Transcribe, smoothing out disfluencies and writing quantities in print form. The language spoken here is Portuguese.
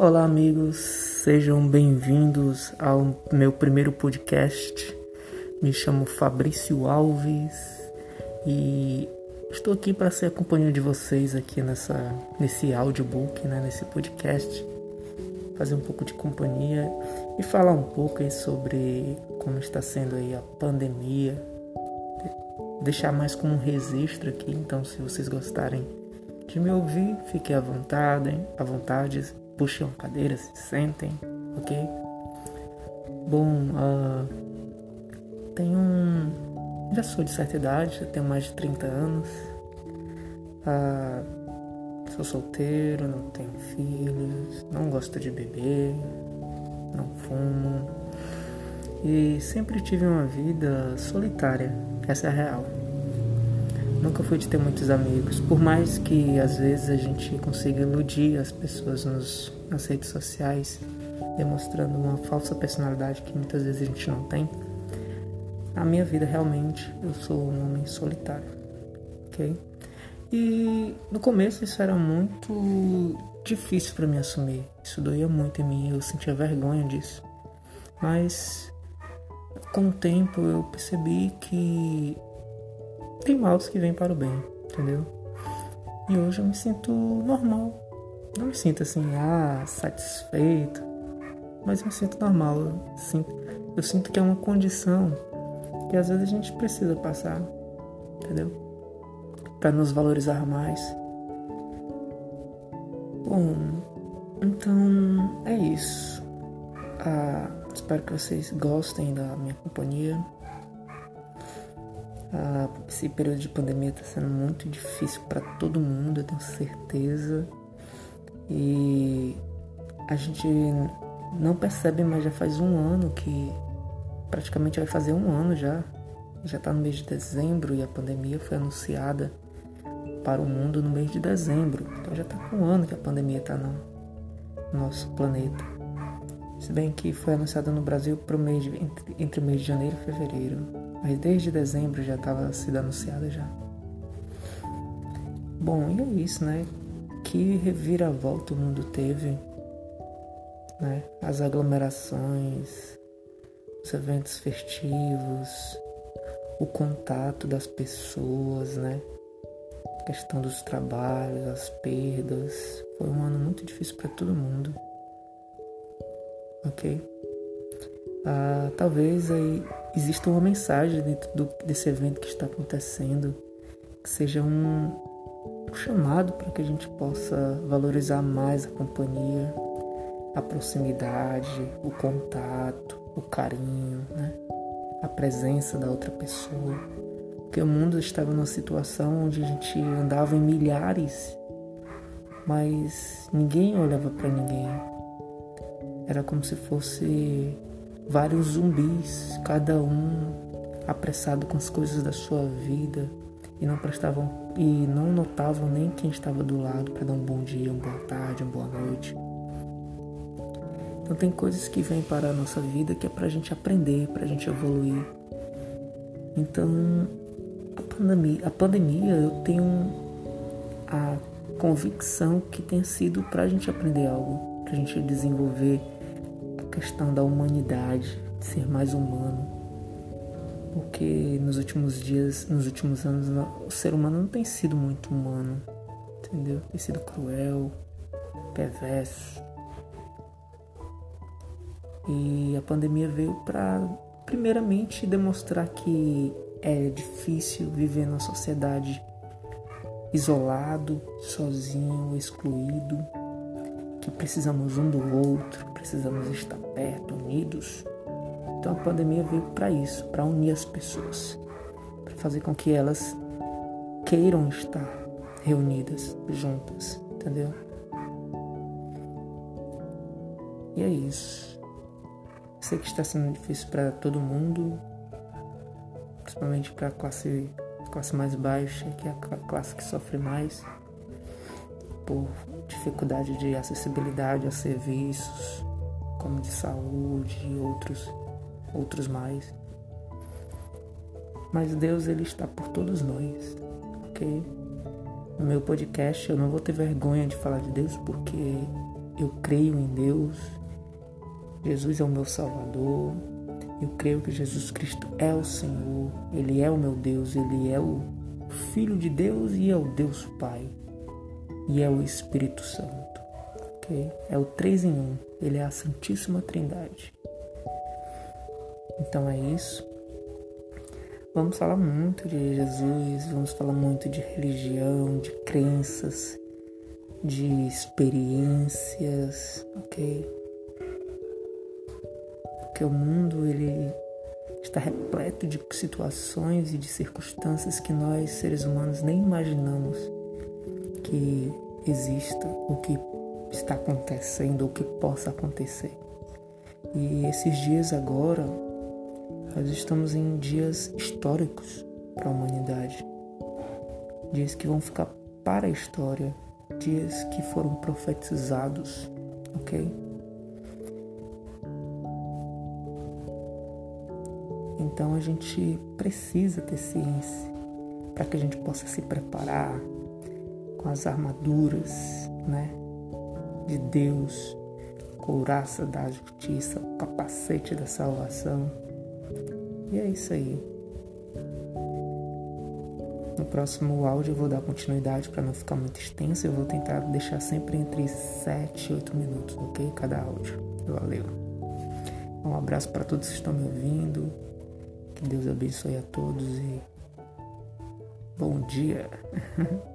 Olá, amigos, sejam bem-vindos ao meu primeiro podcast. Me chamo Fabrício Alves e estou aqui para ser a companhia de vocês aqui nesse audiobook, nesse podcast. Fazer um pouco de companhia e falar um pouco aí sobre como está sendo aí a pandemia. Deixar mais como um registro aqui, então se vocês gostarem de me ouvir, fiquem à vontade, puxem uma cadeira, se sentem, ok? Bom, já sou de certa idade, já tenho mais de 30 anos, sou solteiro, não tenho filhos, não gosto de beber, não fumo e sempre tive uma vida solitária, essa é a real. Nunca fui de ter muitos amigos, por mais que às vezes a gente consiga iludir as pessoas nas redes sociais, demonstrando uma falsa personalidade que muitas vezes a gente não tem. Na minha vida, realmente, eu sou um homem solitário, ok? E no começo isso era muito difícil para mim assumir, isso doía muito em mim, eu sentia vergonha disso. Mas com o tempo eu percebi que tem males que vêm para o bem, entendeu? E hoje eu me sinto normal. Não me sinto assim, satisfeito. Mas eu me sinto normal. Eu sinto que é uma condição que às vezes a gente precisa passar, entendeu? Para nos valorizar mais. Bom, então é isso. Espero que vocês gostem da minha companhia. Esse período de pandemia está sendo muito difícil para todo mundo, eu tenho certeza. E a gente não percebe, mas já faz um ano que praticamente vai fazer um ano já. Já está no mês de dezembro e a pandemia foi anunciada para o mundo no mês de dezembro. Então já está com um ano que a pandemia está no nosso planeta. Se bem que foi anunciada no Brasil entre o mês de janeiro e fevereiro. Mas desde dezembro já estava sendo anunciada já. Bom, e é isso, né? Que reviravolta o mundo teve, né? As aglomerações, os eventos festivos, o contato das pessoas, né? A questão dos trabalhos, as perdas. Foi um ano muito difícil para todo mundo. Ok? Talvez aí exista uma mensagem dentro desse evento que está acontecendo, que seja um chamado para que a gente possa valorizar mais a companhia, a proximidade, o contato, o carinho, né? A presença da outra pessoa. Porque o mundo estava numa situação onde a gente andava em milhares, mas ninguém olhava para ninguém. Era como se fosse vários zumbis, cada um apressado com as coisas da sua vida e não notavam nem quem estava do lado para dar um bom dia, uma boa tarde, uma boa noite. Então tem coisas que vêm para a nossa vida que é para a gente aprender, para a gente evoluir. Então a pandemia eu tenho a convicção que tem sido para a gente aprender algo, para a gente desenvolver questão da humanidade, de ser mais humano, porque nos últimos anos, o ser humano não tem sido muito humano, entendeu? Tem sido cruel, perverso. E a pandemia veio para, primeiramente, demonstrar que é difícil viver numa sociedade isolado, sozinho, excluído, que precisamos um do outro, precisamos estar perto, unidos. Então a pandemia veio para isso, para unir as pessoas, para fazer com que elas queiram estar reunidas, juntas, entendeu? E é isso. Sei que está sendo difícil para todo mundo, principalmente para a classe mais baixa, que é a classe que sofre mais por dificuldade de acessibilidade a serviços como de saúde e outros mais. Mas Deus, Ele está por todos nós, ok? No meu podcast eu não vou ter vergonha de falar de Deus, porque eu creio em Deus, Jesus é o meu Salvador, eu creio que Jesus Cristo é o Senhor, Ele é o meu Deus, Ele é o Filho de Deus e é o Deus Pai, e é o Espírito Santo, ok? É o 3 em 1, Ele é a Santíssima Trindade. Então é isso. Vamos falar muito de Jesus, vamos falar muito de religião, de crenças, de experiências, ok? Porque o mundo, ele está repleto de situações e de circunstâncias que nós, seres humanos, nem imaginamos que exista, ou que está acontecendo, ou que possa acontecer. E esses dias agora, nós estamos em dias históricos para a humanidade. Dias que vão ficar para a história. Dias que foram profetizados, ok? Então a gente precisa ter ciência para que a gente possa se preparar com as armaduras, né, de Deus, couraça da justiça, o capacete da salvação. E é isso aí. No próximo áudio eu vou dar continuidade para não ficar muito extenso. Eu vou tentar deixar sempre entre 7 e 8 minutos, ok? Cada áudio. Valeu. Um abraço para todos que estão me ouvindo. Que Deus abençoe a todos e bom dia.